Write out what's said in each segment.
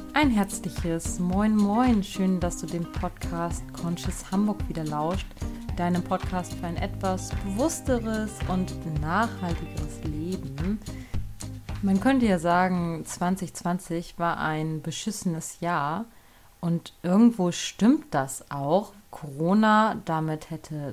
Ein herzliches Moin Moin, schön, dass du dem Podcast Conscious Hamburg wieder lauscht, deinem Podcast für ein etwas bewussteres und nachhaltigeres Leben. Man könnte ja sagen, 2020 war ein beschissenes Jahr und irgendwo stimmt das auch. Corona, damit hätte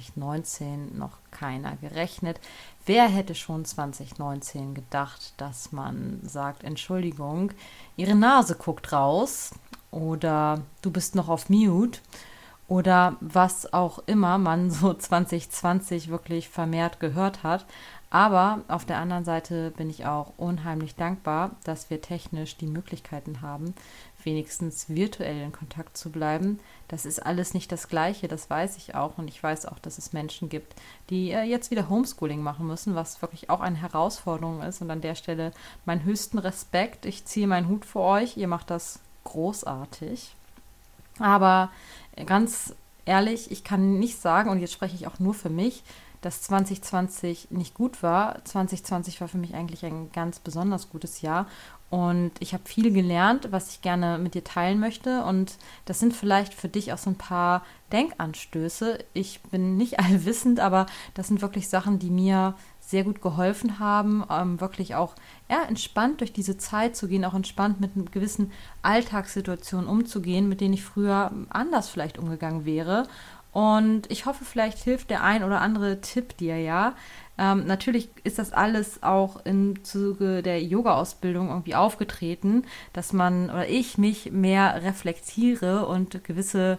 2019 noch keiner gerechnet. Wer hätte schon 2019 gedacht, dass man sagt, Entschuldigung, Ihre Nase guckt raus oder du bist noch auf Mute oder was auch immer man so 2020 wirklich vermehrt gehört hat. Aber auf der anderen Seite bin ich auch unheimlich dankbar, dass wir technisch die Möglichkeiten haben, wenigstens virtuell in Kontakt zu bleiben. Das ist alles nicht das Gleiche, das weiß ich auch. Und ich weiß auch, dass es Menschen gibt, die jetzt wieder Homeschooling machen müssen, was wirklich auch eine Herausforderung ist. Und an der Stelle meinen höchsten Respekt. Ich ziehe meinen Hut vor euch. Ihr macht das großartig. Aber ganz ehrlich, ich kann nicht sagen, und jetzt spreche ich auch nur für mich, dass 2020 nicht gut war. 2020 war für mich eigentlich ein ganz besonders gutes Jahr und ich habe viel gelernt, was ich gerne mit dir teilen möchte und das sind vielleicht für dich auch so ein paar Denkanstöße. Ich bin nicht allwissend, aber das sind wirklich Sachen, die mir sehr gut geholfen haben, wirklich auch entspannt durch diese Zeit zu gehen, auch entspannt mit gewissen Alltagssituationen umzugehen, mit denen ich früher anders vielleicht umgegangen wäre. Und ich hoffe, vielleicht hilft der ein oder andere Tipp dir, ja. Natürlich ist das alles auch im Zuge der Yoga-Ausbildung irgendwie aufgetreten, dass man oder ich mich mehr reflektiere und gewisse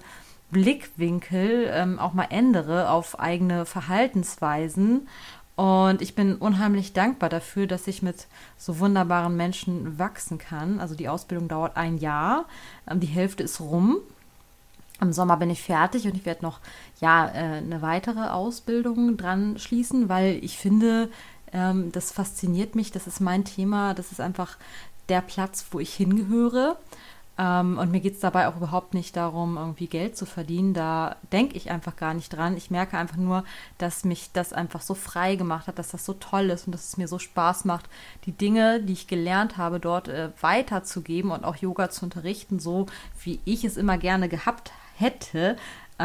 Blickwinkel auch mal ändere auf eigene Verhaltensweisen. Und ich bin unheimlich dankbar dafür, dass ich mit so wunderbaren Menschen wachsen kann. Also die Ausbildung dauert ein Jahr, die Hälfte ist rum. Im Sommer bin ich fertig und ich werde noch eine weitere Ausbildung dran schließen, weil ich finde, das fasziniert mich, das ist mein Thema, das ist einfach der Platz, wo ich hingehöre. Und mir geht es dabei auch überhaupt nicht darum, irgendwie Geld zu verdienen. Da denke ich einfach gar nicht dran. Ich merke einfach nur, dass mich das einfach so frei gemacht hat, dass das so toll ist und dass es mir so Spaß macht, die Dinge, die ich gelernt habe, dort weiterzugeben und auch Yoga zu unterrichten, so wie ich es immer gerne gehabt hätte.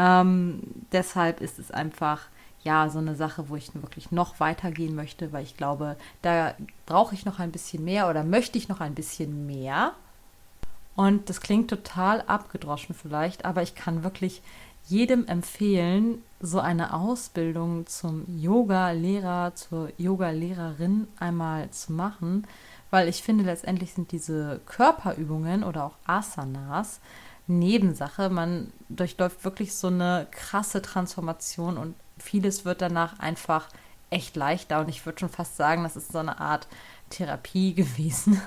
Deshalb ist es einfach so eine Sache, wo ich wirklich noch weitergehen möchte, weil ich glaube, da brauche ich noch ein bisschen mehr oder möchte ich noch ein bisschen mehr. Und das klingt total abgedroschen vielleicht, aber ich kann wirklich jedem empfehlen, so eine Ausbildung zum Yoga-Lehrer, zur Yoga-Lehrerin einmal zu machen, weil ich finde, letztendlich sind diese Körperübungen oder auch Asanas Nebensache. Man durchläuft wirklich so eine krasse Transformation und vieles wird danach einfach echt leichter und ich würde schon fast sagen, das ist so eine Art Therapie gewesen.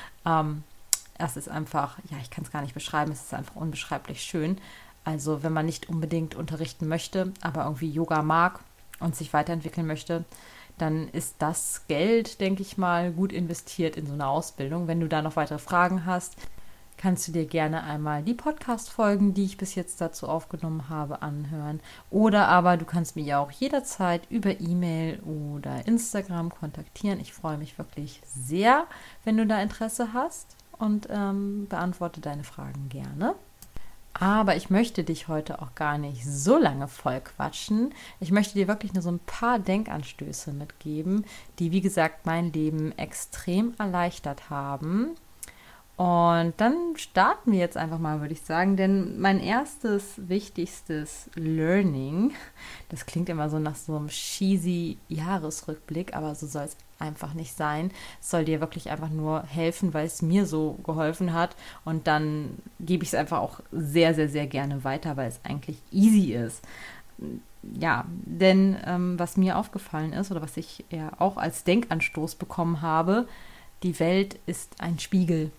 Es ist einfach, ich kann es gar nicht beschreiben, es ist einfach unbeschreiblich schön. Also wenn man nicht unbedingt unterrichten möchte, aber irgendwie Yoga mag und sich weiterentwickeln möchte, dann ist das Geld, denke ich mal, gut investiert in so eine Ausbildung. Wenn du da noch weitere Fragen hast, kannst du dir gerne einmal die Podcast-Folgen, die ich bis jetzt dazu aufgenommen habe, anhören. Oder aber du kannst mich auch jederzeit über E-Mail oder Instagram kontaktieren. Ich freue mich wirklich sehr, wenn du da Interesse hast und beantworte deine Fragen gerne. Aber ich möchte dich heute auch gar nicht so lange voll quatschen. Ich möchte dir wirklich nur so ein paar Denkanstöße mitgeben, die, wie gesagt, mein Leben extrem erleichtert haben. Und dann starten wir jetzt einfach mal, würde ich sagen, denn mein erstes, wichtigstes Learning, das klingt immer so nach so einem cheesy Jahresrückblick, aber so soll es einfach nicht sein. Es soll dir wirklich einfach nur helfen, weil es mir so geholfen hat und dann gebe ich es einfach auch sehr, sehr, sehr gerne weiter, weil es eigentlich easy ist. Ja, denn was mir aufgefallen ist oder was ich ja auch als Denkanstoß bekommen habe, die Welt ist ein Spiegel.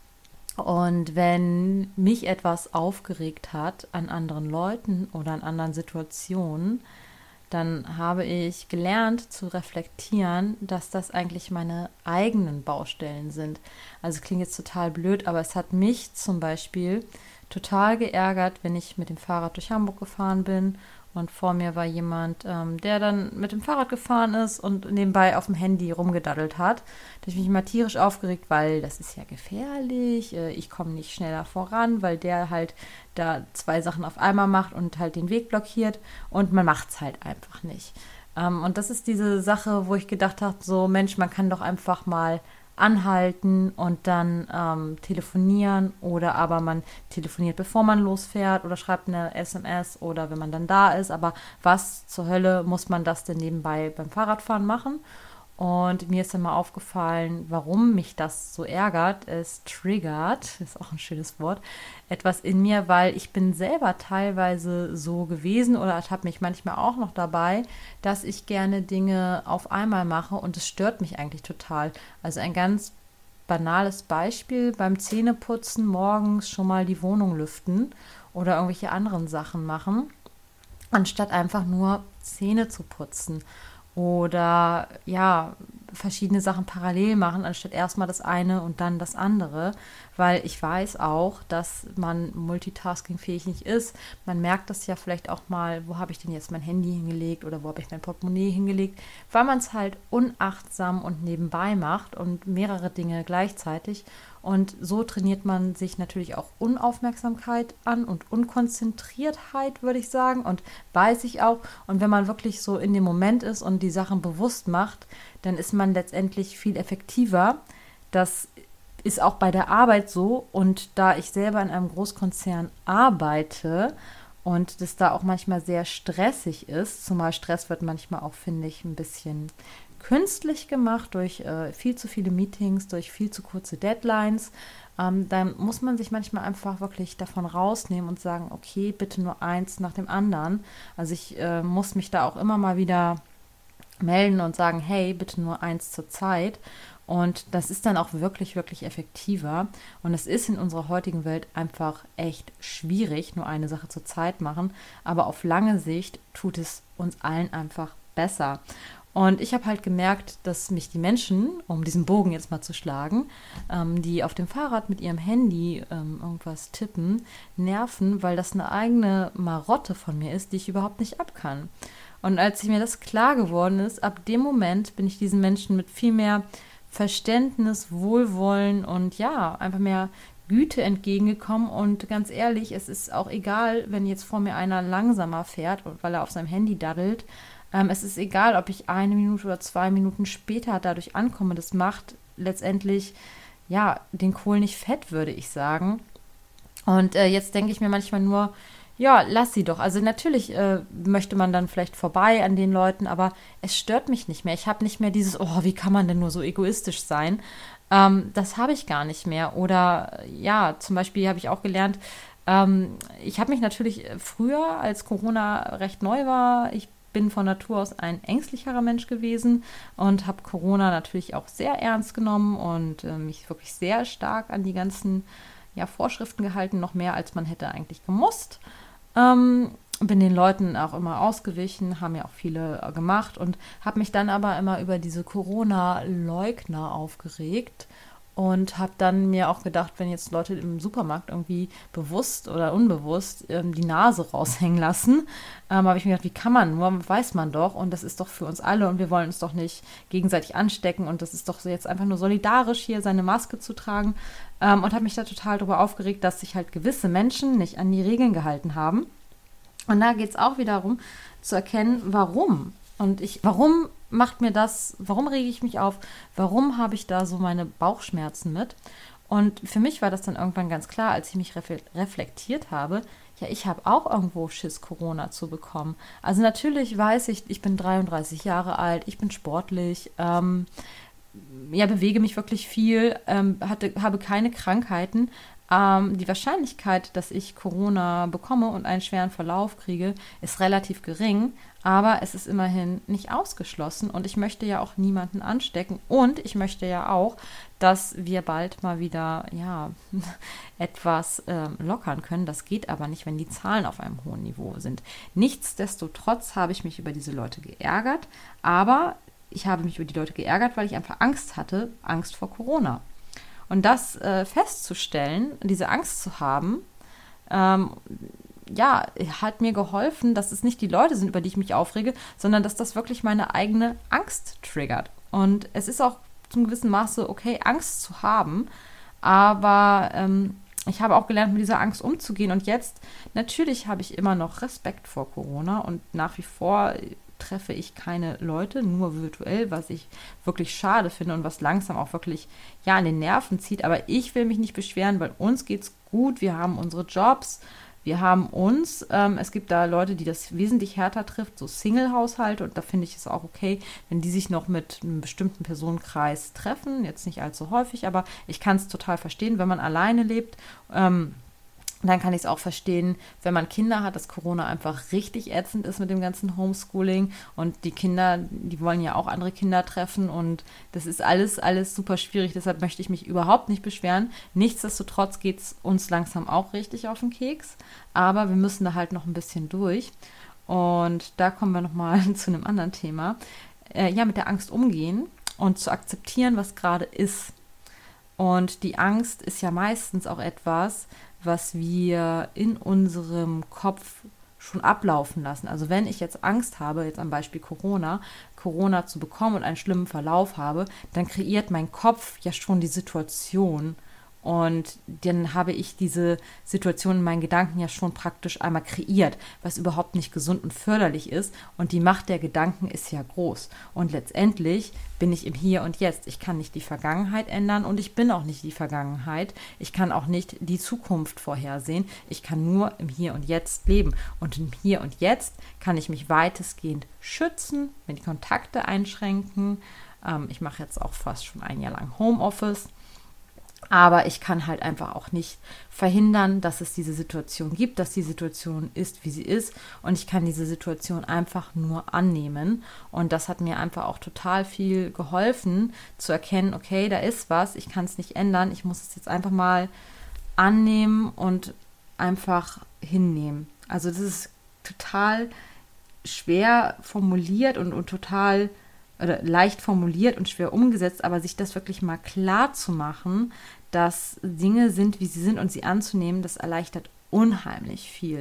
Und wenn mich etwas aufgeregt hat an anderen Leuten oder an anderen Situationen, dann habe ich gelernt zu reflektieren, dass das eigentlich meine eigenen Baustellen sind. Also es klingt jetzt total blöd, aber es hat mich zum Beispiel total geärgert, wenn ich mit dem Fahrrad durch Hamburg gefahren bin Und vor mir war jemand, der dann mit dem Fahrrad gefahren ist und nebenbei auf dem Handy rumgedaddelt hat. Da habe ich mich immer tierisch aufgeregt, weil das ist ja gefährlich. Ich komme nicht schneller voran, weil der halt da 2 Sachen auf einmal macht und halt den Weg blockiert. Und man macht es halt einfach nicht. Und das ist diese Sache, wo ich gedacht habe, so Mensch, man kann doch einfach mal anhalten und dann telefonieren, oder aber man telefoniert, bevor man losfährt, oder schreibt eine SMS oder wenn man dann da ist. Aber was zur Hölle muss man das denn nebenbei beim Fahrradfahren machen? Und mir ist dann mal aufgefallen, warum mich das so ärgert. Es triggert, ist auch ein schönes Wort, etwas in mir, weil ich bin selber teilweise so gewesen oder habe mich manchmal auch noch dabei, dass ich gerne Dinge auf einmal mache und es stört mich eigentlich total. Also ein ganz banales Beispiel: beim Zähneputzen morgens schon mal die Wohnung lüften oder irgendwelche anderen Sachen machen, anstatt einfach nur Zähne zu putzen. Oder ja, verschiedene Sachen parallel machen, anstatt erstmal das eine und dann das andere. Weil ich weiß auch, dass man multitaskingfähig nicht ist. Man merkt das ja vielleicht auch mal, wo habe ich denn jetzt mein Handy hingelegt oder wo habe ich mein Portemonnaie hingelegt, weil man es halt unachtsam und nebenbei macht und mehrere Dinge gleichzeitig. Und so trainiert man sich natürlich auch Unaufmerksamkeit an und Unkonzentriertheit, würde ich sagen. Und weiß ich auch. Und wenn man wirklich so in dem Moment ist und die Sachen bewusst macht, dann ist man letztendlich viel effektiver. Das ist auch bei der Arbeit so. Und da ich selber in einem Großkonzern arbeite und das da auch manchmal sehr stressig ist, zumal Stress wird manchmal auch, finde ich, ein bisschen künstlich gemacht durch viel zu viele Meetings, durch viel zu kurze Deadlines. Dann muss man sich manchmal einfach wirklich davon rausnehmen und sagen, okay, bitte nur eins nach dem anderen. Also ich muss mich da auch immer mal wieder melden und sagen, hey, bitte nur eins zur Zeit. Und das ist dann auch wirklich, wirklich effektiver. Und es ist in unserer heutigen Welt einfach echt schwierig, nur eine Sache zur Zeit machen. Aber auf lange Sicht tut es uns allen einfach besser. Und ich habe halt gemerkt, dass mich die Menschen, um diesen Bogen jetzt mal zu schlagen, die auf dem Fahrrad mit ihrem Handy irgendwas tippen, nerven, weil das eine eigene Marotte von mir ist, die ich überhaupt nicht ab kann. Und als mir das klar geworden ist, ab dem Moment bin ich diesen Menschen mit viel mehr Verständnis, Wohlwollen und ja, einfach mehr Güte entgegengekommen. Und ganz ehrlich, es ist auch egal, wenn jetzt vor mir einer langsamer fährt, weil er auf seinem Handy daddelt. Es ist egal, ob ich 1 Minute oder 2 Minuten später dadurch ankomme. Das macht letztendlich, ja, den Kohl nicht fett, würde ich sagen. Und jetzt denke ich mir manchmal nur, ja, lass sie doch. Also natürlich möchte man dann vielleicht vorbei an den Leuten, aber es stört mich nicht mehr. Ich habe nicht mehr dieses, oh, wie kann man denn nur so egoistisch sein? Das habe ich gar nicht mehr. Oder ja, zum Beispiel habe ich auch gelernt, ich habe mich natürlich früher, als Corona recht neu war, ich bin von Natur aus ein ängstlicherer Mensch gewesen und habe Corona natürlich auch sehr ernst genommen und mich wirklich sehr stark an die ganzen Vorschriften gehalten, noch mehr als man hätte eigentlich gemusst. Bin den Leuten auch immer ausgewichen, haben ja auch viele gemacht und habe mich dann aber immer über diese Corona-Leugner aufgeregt und habe dann mir auch gedacht, wenn jetzt Leute im Supermarkt irgendwie bewusst oder unbewusst die Nase raushängen lassen, habe ich mir gedacht, wie kann man nur, weiß man doch, und das ist doch für uns alle und wir wollen uns doch nicht gegenseitig anstecken und das ist doch so jetzt einfach nur solidarisch, hier seine Maske zu tragen, und habe mich da total darüber aufgeregt, dass sich halt gewisse Menschen nicht an die Regeln gehalten haben. Und da geht es auch wieder darum, zu erkennen, warum. Und warum macht mir das, warum rege ich mich auf, warum habe ich da so meine Bauchschmerzen mit? Und für mich war das dann irgendwann ganz klar, als ich mich reflektiert habe, ja, ich habe auch irgendwo Schiss, Corona zu bekommen. Also natürlich weiß ich, ich bin 33 Jahre alt, ich bin sportlich, bewege mich wirklich viel, habe keine Krankheiten. Die Wahrscheinlichkeit, dass ich Corona bekomme und einen schweren Verlauf kriege, ist relativ gering, aber es ist immerhin nicht ausgeschlossen und ich möchte ja auch niemanden anstecken und ich möchte ja auch, dass wir bald mal wieder etwas lockern können. Das geht aber nicht, wenn die Zahlen auf einem hohen Niveau sind. Nichtsdestotrotz habe ich mich über diese Leute geärgert, aber ich habe mich über die Leute geärgert, weil ich einfach Angst hatte, Angst vor Corona. Und das festzustellen, diese Angst zu haben, ja, hat mir geholfen, dass es nicht die Leute sind, über die ich mich aufrege, sondern dass das wirklich meine eigene Angst triggert. Und es ist auch zum gewissen Maße okay, Angst zu haben, aber ich habe auch gelernt, mit dieser Angst umzugehen. Und jetzt, natürlich habe ich immer noch Respekt vor Corona und nach wie vor treffe ich keine Leute, nur virtuell, was ich wirklich schade finde und was langsam auch wirklich ja an den Nerven zieht. Aber ich will mich nicht beschweren, weil uns geht's gut, wir haben unsere Jobs, wir haben uns, es gibt da Leute, die das wesentlich härter trifft, so Single-Haushalte, und da finde ich es auch okay, wenn die sich noch mit einem bestimmten Personenkreis treffen, jetzt nicht allzu häufig, aber ich kann es total verstehen, wenn man alleine lebt, dann kann ich es auch verstehen, wenn man Kinder hat, dass Corona einfach richtig ätzend ist mit dem ganzen Homeschooling, und die Kinder, die wollen ja auch andere Kinder treffen, und das ist alles super schwierig, deshalb möchte ich mich überhaupt nicht beschweren. Nichtsdestotrotz geht es uns langsam auch richtig auf den Keks, aber wir müssen da halt noch ein bisschen durch, und da kommen wir nochmal zu einem anderen Thema. Ja, mit der Angst umgehen und zu akzeptieren, was gerade ist. Und die Angst ist ja meistens auch etwas, was wir in unserem Kopf schon ablaufen lassen. Also wenn ich jetzt Angst habe, jetzt am Beispiel Corona zu bekommen und einen schlimmen Verlauf habe, dann kreiert mein Kopf ja schon die Situation. Und dann habe ich diese Situation in meinen Gedanken ja schon praktisch einmal kreiert, was überhaupt nicht gesund und förderlich ist. Und die Macht der Gedanken ist ja groß. Und letztendlich bin ich im Hier und Jetzt. Ich kann nicht die Vergangenheit ändern und ich bin auch nicht die Vergangenheit. Ich kann auch nicht die Zukunft vorhersehen. Ich kann nur im Hier und Jetzt leben. Und im Hier und Jetzt kann ich mich weitestgehend schützen, mir die Kontakte einschränken. Ich mache jetzt auch fast schon ein Jahr lang Homeoffice. Aber ich kann halt einfach auch nicht verhindern, dass es diese Situation gibt, dass die Situation ist, wie sie ist. Und ich kann diese Situation einfach nur annehmen. Und das hat mir einfach auch total viel geholfen, zu erkennen, okay, da ist was, ich kann es nicht ändern. Ich muss es jetzt einfach mal annehmen und einfach hinnehmen. Also das ist total schwer formuliert und total oder leicht formuliert und schwer umgesetzt, aber sich das wirklich mal klar zu machen, dass Dinge sind, wie sie sind, und sie anzunehmen, das erleichtert unheimlich viel.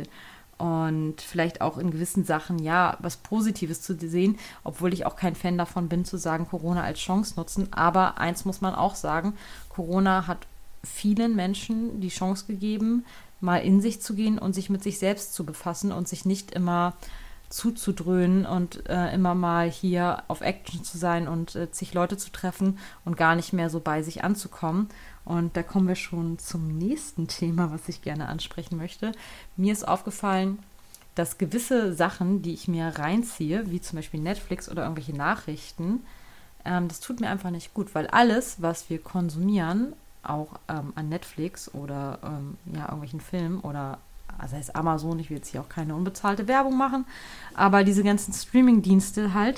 Und vielleicht auch in gewissen Sachen, ja, was Positives zu sehen, obwohl ich auch kein Fan davon bin, zu sagen, Corona als Chance nutzen. Aber eins muss man auch sagen, Corona hat vielen Menschen die Chance gegeben, mal in sich zu gehen und sich mit sich selbst zu befassen und sich nicht immer zuzudröhnen und immer mal hier auf Action zu sein und zig Leute zu treffen und gar nicht mehr so bei sich anzukommen. Und da kommen wir schon zum nächsten Thema, was ich gerne ansprechen möchte. Mir ist aufgefallen, dass gewisse Sachen, die ich mir reinziehe, wie zum Beispiel Netflix oder irgendwelche Nachrichten, das tut mir einfach nicht gut, weil alles, was wir konsumieren, auch an Netflix oder ja, irgendwelchen Filmen oder also heißt Amazon, ich will jetzt hier auch keine unbezahlte Werbung machen, aber diese ganzen Streaming-Dienste halt,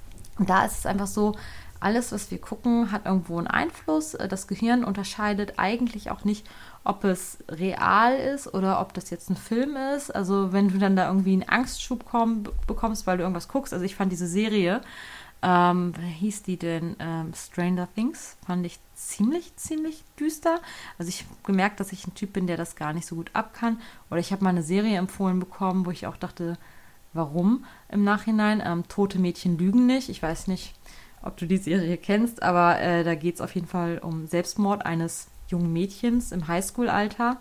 da ist es einfach so, alles, was wir gucken, hat irgendwo einen Einfluss. Das Gehirn unterscheidet eigentlich auch nicht, ob es real ist oder ob das jetzt ein Film ist. Also wenn du dann da irgendwie einen Angstschub bekommst, weil du irgendwas guckst. Also ich fand diese Serie, wie hieß die denn? Stranger Things, fand ich ziemlich düster. Also ich habe gemerkt, dass ich ein Typ bin, der das gar nicht so gut ab kann. Oder ich habe mal eine Serie empfohlen bekommen, wo ich auch dachte, warum im Nachhinein? Tote Mädchen lügen nicht. Ich weiß nicht, ob du die Serie kennst, aber da geht es auf jeden Fall um Selbstmord eines jungen Mädchens im Highschool-Alter.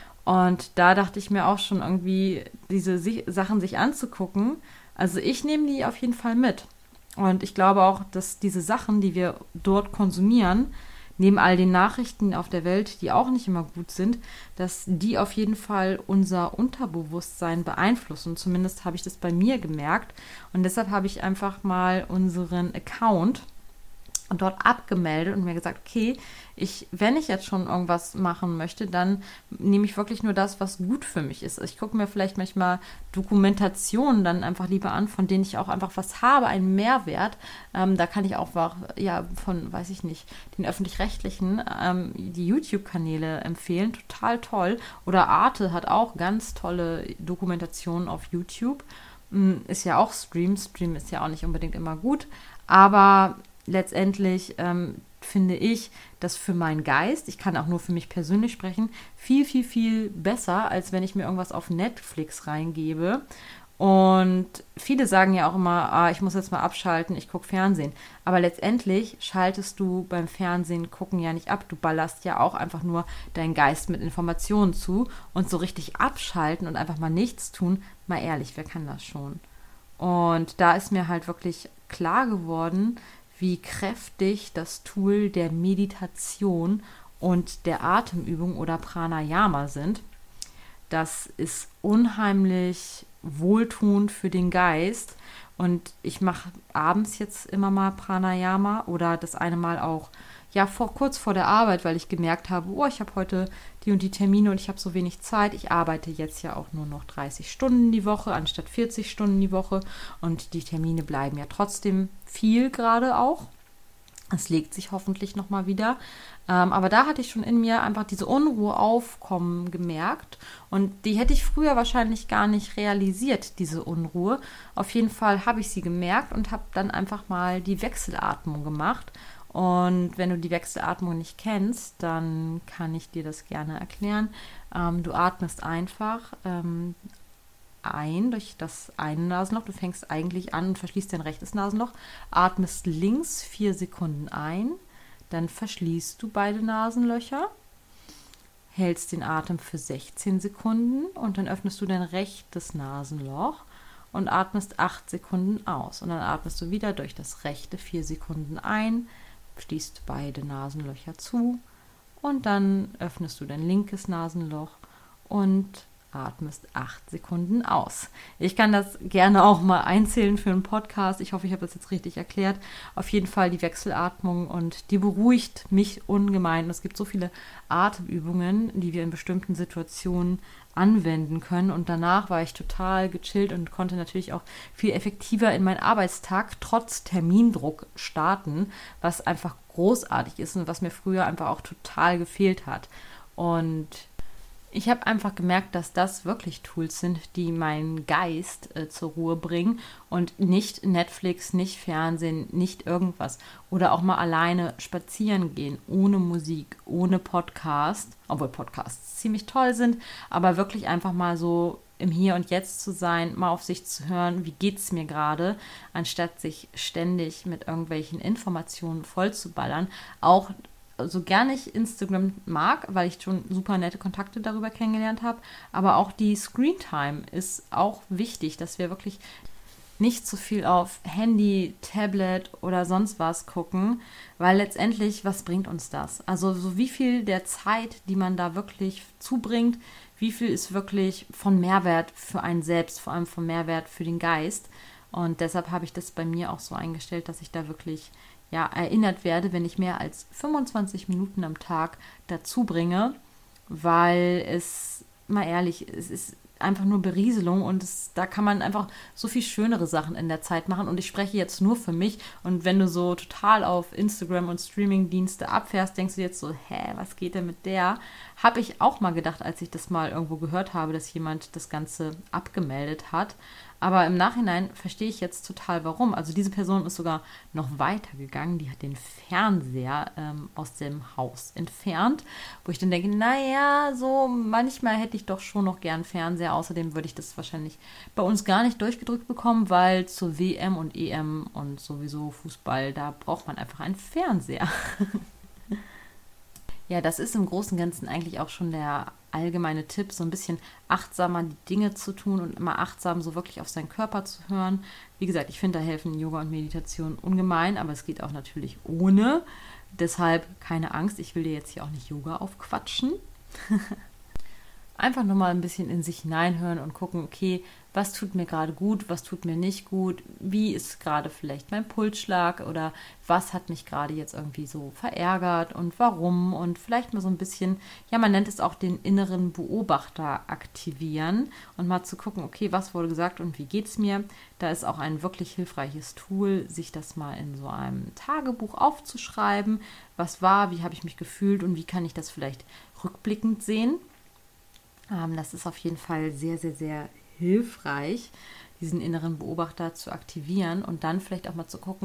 Und da dachte ich mir auch schon irgendwie, diese Sachen sich anzugucken. Also ich nehme die auf jeden Fall mit. Und ich glaube auch, dass diese Sachen, die wir dort konsumieren, neben all den Nachrichten auf der Welt, die auch nicht immer gut sind, dass die auf jeden Fall unser Unterbewusstsein beeinflussen. Zumindest habe ich das bei mir gemerkt. Und deshalb habe ich einfach mal unseren Account dort abgemeldet und mir gesagt, okay, wenn ich jetzt schon irgendwas machen möchte, dann nehme ich wirklich nur das, was gut für mich ist. Ich gucke mir vielleicht manchmal Dokumentationen dann einfach lieber an, von denen ich auch einfach was habe, einen Mehrwert. Da kann ich auch ja von, weiß ich nicht, den Öffentlich-Rechtlichen die YouTube-Kanäle empfehlen. Total toll. Oder Arte hat auch ganz tolle Dokumentationen auf YouTube. Ist ja auch Stream ist ja auch nicht unbedingt immer gut, aber letztendlich finde ich das für meinen Geist, ich kann auch nur für mich persönlich sprechen, viel, viel, viel besser, als wenn ich mir irgendwas auf Netflix reingebe. Und viele sagen ja auch immer, ich muss jetzt mal abschalten, ich gucke Fernsehen. Aber letztendlich schaltest du beim Fernsehen gucken ja nicht ab. Du ballerst ja auch einfach nur deinen Geist mit Informationen zu. Und so richtig abschalten und einfach mal nichts tun, mal ehrlich, wer kann das schon? Und da ist mir halt wirklich klar geworden, wie kräftig das Tool der Meditation und der Atemübung oder Pranayama sind. Das ist unheimlich wohltuend für den Geist. Und ich mache abends jetzt immer mal Pranayama oder das eine Mal auch kurz vor der Arbeit, weil ich gemerkt habe, ich habe heute die und die Termine und ich habe so wenig Zeit. Ich arbeite jetzt ja auch nur noch 30 Stunden die Woche anstatt 40 Stunden die Woche und die Termine bleiben ja trotzdem viel gerade auch. Es legt sich hoffentlich nochmal wieder. Aber da hatte ich schon in mir einfach diese Unruhe aufkommen gemerkt. Und die hätte ich früher wahrscheinlich gar nicht realisiert, diese Unruhe. Auf jeden Fall habe ich sie gemerkt und habe dann einfach mal die Wechselatmung gemacht. Und wenn du die Wechselatmung nicht kennst, dann kann ich dir das gerne erklären. Du atmest einfach ein durch das eine Nasenloch. Du fängst eigentlich an und verschließt dein rechtes Nasenloch, atmest links 4 Sekunden ein, dann verschließt du beide Nasenlöcher, hältst den Atem für 16 Sekunden und dann öffnest du dein rechtes Nasenloch und atmest 8 Sekunden aus. Und dann atmest du wieder durch das rechte 4 Sekunden ein, schließt beide Nasenlöcher zu und dann öffnest du dein linkes Nasenloch und atmest 8 Sekunden aus. Ich kann das gerne auch mal einzählen für einen Podcast. Ich hoffe, ich habe das jetzt richtig erklärt. Auf jeden Fall die Wechselatmung und die beruhigt mich ungemein. Und es gibt so viele Atemübungen, die wir in bestimmten Situationen anwenden können. Und danach war ich total gechillt und konnte natürlich auch viel effektiver in meinen Arbeitstag trotz Termindruck starten, was einfach großartig ist und was mir früher einfach auch total gefehlt hat. Und ich habe einfach gemerkt, dass das wirklich Tools sind, die meinen Geist zur Ruhe bringen und nicht Netflix, nicht Fernsehen, nicht irgendwas. Oder auch mal alleine spazieren gehen, ohne Musik, ohne Podcast, obwohl Podcasts ziemlich toll sind, aber wirklich einfach mal so im Hier und Jetzt zu sein, mal auf sich zu hören, wie geht's mir gerade, anstatt sich ständig mit irgendwelchen Informationen vollzuballern. Auch so gerne ich Instagram mag, weil ich schon super nette Kontakte darüber kennengelernt habe, aber auch die Screentime ist auch wichtig, dass wir wirklich nicht zu viel auf Handy, Tablet oder sonst was gucken, weil letztendlich, was bringt uns das? Also so wie viel der Zeit, die man da wirklich zubringt, wie viel ist wirklich von Mehrwert für einen selbst, vor allem von Mehrwert für den Geist. Und deshalb habe ich das bei mir auch so eingestellt, dass ich da wirklich erinnert werde, wenn ich mehr als 25 Minuten am Tag dazu bringe, weil es, mal ehrlich, es ist einfach nur Berieselung und da kann man einfach so viel schönere Sachen in der Zeit machen und ich spreche jetzt nur für mich und wenn du so total auf Instagram und Streamingdienste abfährst, denkst du jetzt so, was geht denn mit der? Habe ich auch mal gedacht, als ich das mal irgendwo gehört habe, dass jemand das Ganze abgemeldet hat. Aber im Nachhinein verstehe ich jetzt total, warum. Also diese Person ist sogar noch weiter gegangen. Die hat den Fernseher aus dem Haus entfernt, wo ich dann denke, naja, so manchmal hätte ich doch schon noch gern Fernseher. Außerdem würde ich das wahrscheinlich bei uns gar nicht durchgedrückt bekommen, weil zur WM und EM und sowieso Fußball, da braucht man einfach einen Fernseher. Ja, das ist im Großen und Ganzen eigentlich auch schon der allgemeine Tipp, so ein bisschen achtsamer die Dinge zu tun und immer achtsam so wirklich auf seinen Körper zu hören. Wie gesagt, ich finde, da helfen Yoga und Meditation ungemein, aber es geht auch natürlich ohne. Deshalb keine Angst, ich will dir jetzt hier auch nicht Yoga aufquatschen. Einfach nochmal ein bisschen in sich hineinhören und gucken, okay, was tut mir gerade gut, was tut mir nicht gut, wie ist gerade vielleicht mein Pulsschlag oder was hat mich gerade jetzt irgendwie so verärgert und warum und vielleicht mal so ein bisschen, man nennt es auch den inneren Beobachter aktivieren und mal zu gucken, okay, was wurde gesagt und wie geht's mir. Da ist auch ein wirklich hilfreiches Tool, sich das mal in so einem Tagebuch aufzuschreiben, was war, wie habe ich mich gefühlt und wie kann ich das vielleicht rückblickend sehen. Das ist auf jeden Fall sehr, sehr, sehr hilfreich, diesen inneren Beobachter zu aktivieren und dann vielleicht auch mal zu gucken,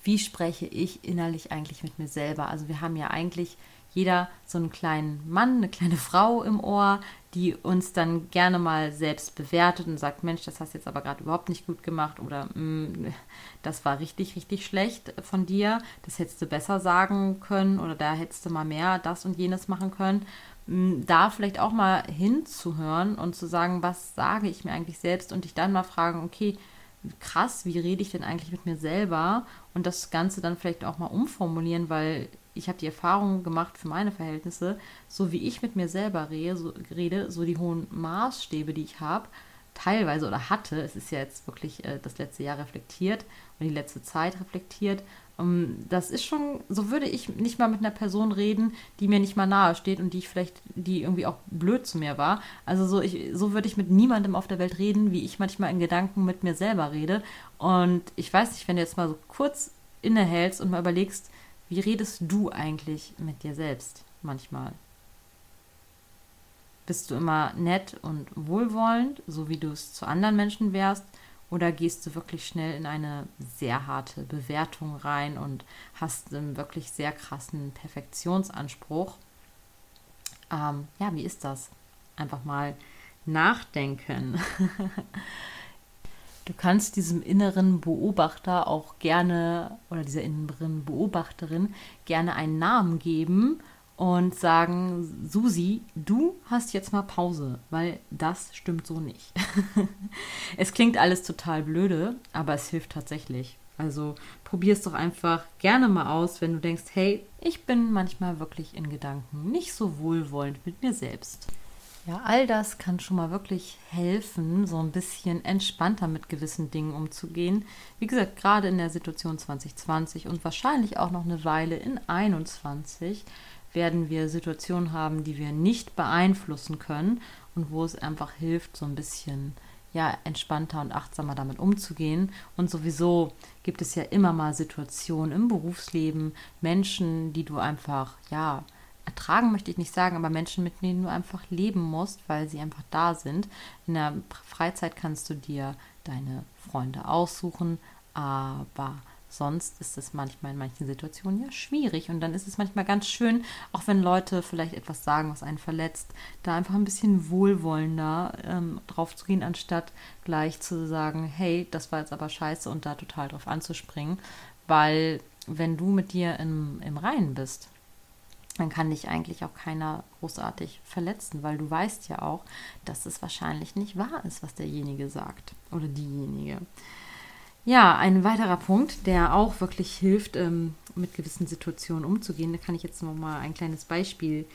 wie spreche ich innerlich eigentlich mit mir selber. Also wir haben ja eigentlich jeder so einen kleinen Mann, eine kleine Frau im Ohr, die uns dann gerne mal selbst bewertet und sagt, Mensch, das hast du jetzt aber gerade überhaupt nicht gut gemacht oder das war richtig, richtig schlecht von dir, das hättest du besser sagen können oder da hättest du mal mehr das und jenes machen können. Da vielleicht auch mal hinzuhören und zu sagen, was sage ich mir eigentlich selbst und dich dann mal fragen, okay, krass, wie rede ich denn eigentlich mit mir selber und das Ganze dann vielleicht auch mal umformulieren, weil ich habe die Erfahrung gemacht für meine Verhältnisse, so wie ich mit mir selber rede, so die hohen Maßstäbe, die ich habe, teilweise oder hatte, es ist ja jetzt wirklich das letzte Jahr reflektiert und die letzte Zeit reflektiert, das ist schon, so würde ich nicht mal mit einer Person reden, die mir nicht mal nahe steht und die irgendwie auch blöd zu mir war. Also so würde ich mit niemandem auf der Welt reden, wie ich manchmal in Gedanken mit mir selber rede. Und ich weiß nicht, wenn du jetzt mal so kurz innehältst und mal überlegst, wie redest du eigentlich mit dir selbst manchmal? Bist du immer nett und wohlwollend, so wie du es zu anderen Menschen wärst? Oder gehst du wirklich schnell in eine sehr harte Bewertung rein und hast einen wirklich sehr krassen Perfektionsanspruch? Ja, wie ist das? Einfach mal nachdenken. Du kannst diesem inneren Beobachter auch gerne oder dieser inneren Beobachterin gerne einen Namen geben und sagen, Susi, du hast jetzt mal Pause, weil das stimmt so nicht. Es klingt alles total blöde, aber es hilft tatsächlich. Also probier es doch einfach gerne mal aus, wenn du denkst, hey, ich bin manchmal wirklich in Gedanken nicht so wohlwollend mit mir selbst. Ja, all das kann schon mal wirklich helfen, so ein bisschen entspannter mit gewissen Dingen umzugehen. Wie gesagt, gerade in der Situation 2020 und wahrscheinlich auch noch eine Weile in 2021 werden wir Situationen haben, die wir nicht beeinflussen können und wo es einfach hilft, so ein bisschen entspannter und achtsamer damit umzugehen. Und sowieso gibt es ja immer mal Situationen im Berufsleben, Menschen, die du einfach, ertragen möchte ich nicht sagen, aber Menschen, mit denen du einfach leben musst, weil sie einfach da sind. In der Freizeit kannst du dir deine Freunde aussuchen, aber sonst ist es manchmal in manchen Situationen schwierig und dann ist es manchmal ganz schön, auch wenn Leute vielleicht etwas sagen, was einen verletzt, da einfach ein bisschen wohlwollender drauf zu gehen, anstatt gleich zu sagen, hey, das war jetzt aber scheiße und da total drauf anzuspringen, weil wenn du mit dir im Reinen bist, dann kann dich eigentlich auch keiner großartig verletzen, weil du weißt ja auch, dass es wahrscheinlich nicht wahr ist, was derjenige sagt oder diejenige. Ja, ein weiterer Punkt, der auch wirklich hilft, mit gewissen Situationen umzugehen, da kann ich jetzt noch mal ein kleines Beispiel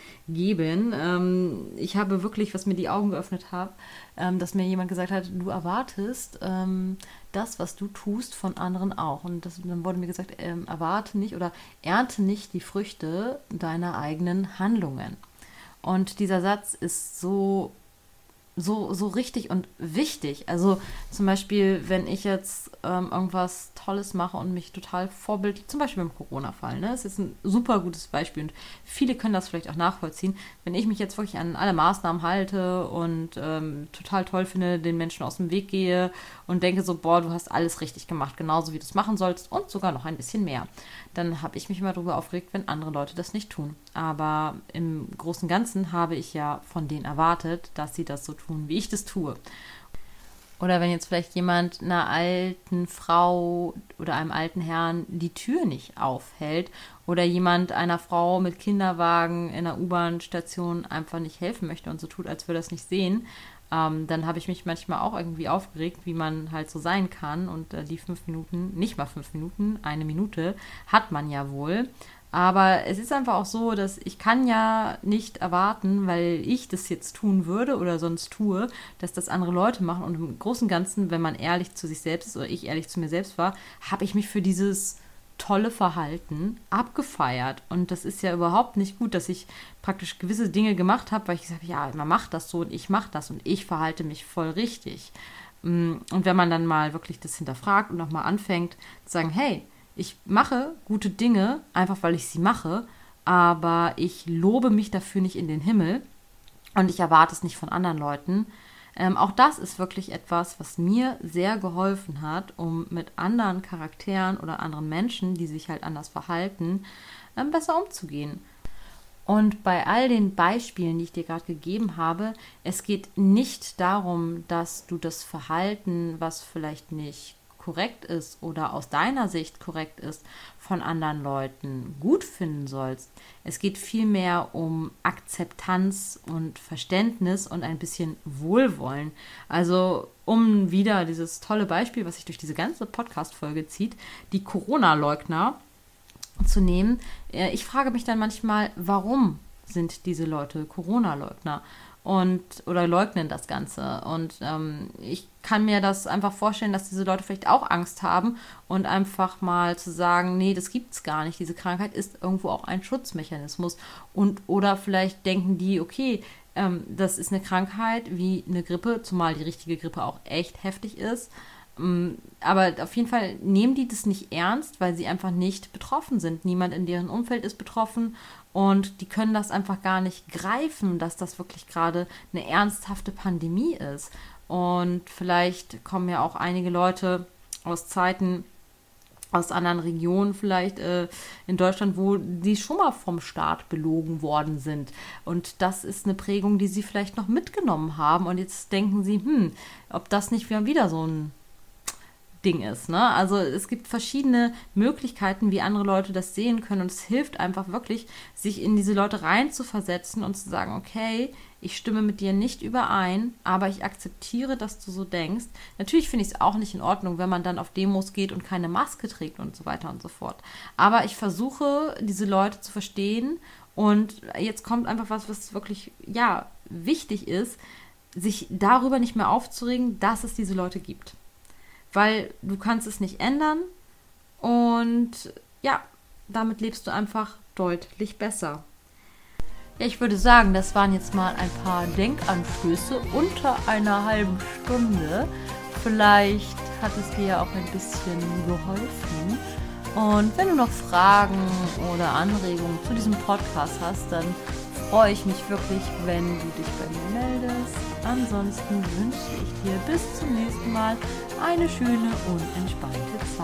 geben. Ich habe wirklich, was mir die Augen geöffnet hat, dass mir jemand gesagt hat, du erwartest das, was du tust, von anderen auch. Und dann wurde mir gesagt, erwarte nicht oder ernte nicht die Früchte deiner eigenen Handlungen. Und dieser Satz ist so richtig und wichtig. Also zum Beispiel, wenn ich jetzt irgendwas Tolles mache und mich total vorbildlich, zum Beispiel beim Corona-Fall, ne? Das ist ein super gutes Beispiel und viele können das vielleicht auch nachvollziehen. Wenn ich mich jetzt wirklich an alle Maßnahmen halte und total toll finde, den Menschen aus dem Weg gehe und denke so, boah, du hast alles richtig gemacht, genauso wie du es machen sollst und sogar noch ein bisschen mehr, dann habe ich mich immer darüber aufgeregt, wenn andere Leute das nicht tun. Aber im Großen und Ganzen habe ich ja von denen erwartet, dass sie das so tun, wie ich das tue. Oder wenn jetzt vielleicht jemand einer alten Frau oder einem alten Herrn die Tür nicht aufhält oder jemand einer Frau mit Kinderwagen in einer U-Bahn-Station einfach nicht helfen möchte und so tut, als würde er es nicht sehen, dann habe ich mich manchmal auch irgendwie aufgeregt, wie man halt so sein kann. Und die 5 Minuten, nicht mal 5 Minuten, 1 Minute hat man ja wohl. Aber es ist einfach auch so, dass ich kann ja nicht erwarten, weil ich das jetzt tun würde oder sonst tue, dass das andere Leute machen. Und im Großen und Ganzen, wenn man ehrlich zu sich selbst ist oder ich ehrlich zu mir selbst war, habe ich mich für dieses tolle Verhalten abgefeiert. Und das ist ja überhaupt nicht gut, dass ich praktisch gewisse Dinge gemacht habe, weil ich gesagt habe, ja, man macht das so und ich mache das und ich verhalte mich voll richtig. Und wenn man dann mal wirklich das hinterfragt und nochmal anfängt zu sagen, hey, ich mache gute Dinge, einfach weil ich sie mache, aber ich lobe mich dafür nicht in den Himmel und ich erwarte es nicht von anderen Leuten, Auch das ist wirklich etwas, was mir sehr geholfen hat, um mit anderen Charakteren oder anderen Menschen, die sich halt anders verhalten, besser umzugehen. Und bei all den Beispielen, die ich dir gerade gegeben habe, es geht nicht darum, dass du das Verhalten, was vielleicht nicht korrekt ist oder aus deiner Sicht korrekt ist, von anderen Leuten gut finden sollst. Es geht vielmehr um Akzeptanz und Verständnis und ein bisschen Wohlwollen. Also um wieder dieses tolle Beispiel, was sich durch diese ganze Podcast-Folge zieht, die Corona-Leugner zu nehmen. Ich frage mich dann manchmal, warum sind diese Leute Corona-Leugner oder leugnen das Ganze? Und ich kann mir das einfach vorstellen, dass diese Leute vielleicht auch Angst haben und einfach mal zu sagen, nee, das gibt's gar nicht. Diese Krankheit ist irgendwo auch ein Schutzmechanismus. Oder vielleicht denken die, okay, das ist eine Krankheit wie eine Grippe, zumal die richtige Grippe auch echt heftig ist. Aber auf jeden Fall nehmen die das nicht ernst, weil sie einfach nicht betroffen sind. Niemand in deren Umfeld ist betroffen und die können das einfach gar nicht greifen, dass das wirklich gerade eine ernsthafte Pandemie ist. Und vielleicht kommen ja auch einige Leute aus Zeiten, aus anderen Regionen vielleicht in Deutschland, wo die schon mal vom Staat belogen worden sind. Und das ist eine Prägung, die sie vielleicht noch mitgenommen haben. Und jetzt denken sie, ob das nicht wieder so ein Ding ist, ne? Also es gibt verschiedene Möglichkeiten, wie andere Leute das sehen können und es hilft einfach wirklich, sich in diese Leute reinzuversetzen und zu sagen, okay, ich stimme mit dir nicht überein, aber ich akzeptiere, dass du so denkst. Natürlich finde ich es auch nicht in Ordnung, wenn man dann auf Demos geht und keine Maske trägt und so weiter und so fort. Aber ich versuche, diese Leute zu verstehen und jetzt kommt einfach was wirklich, wichtig ist, sich darüber nicht mehr aufzuregen, dass es diese Leute gibt. Weil du kannst es nicht ändern und damit lebst du einfach deutlich besser. Ja, ich würde sagen, das waren jetzt mal ein paar Denkanstöße unter einer halben Stunde. Vielleicht hat es dir ja auch ein bisschen geholfen. Und wenn du noch Fragen oder Anregungen zu diesem Podcast hast, dann freue ich mich wirklich, wenn du dich bei mir meldest. Ansonsten wünsche ich dir bis zum nächsten Mal eine schöne und entspannte Zeit.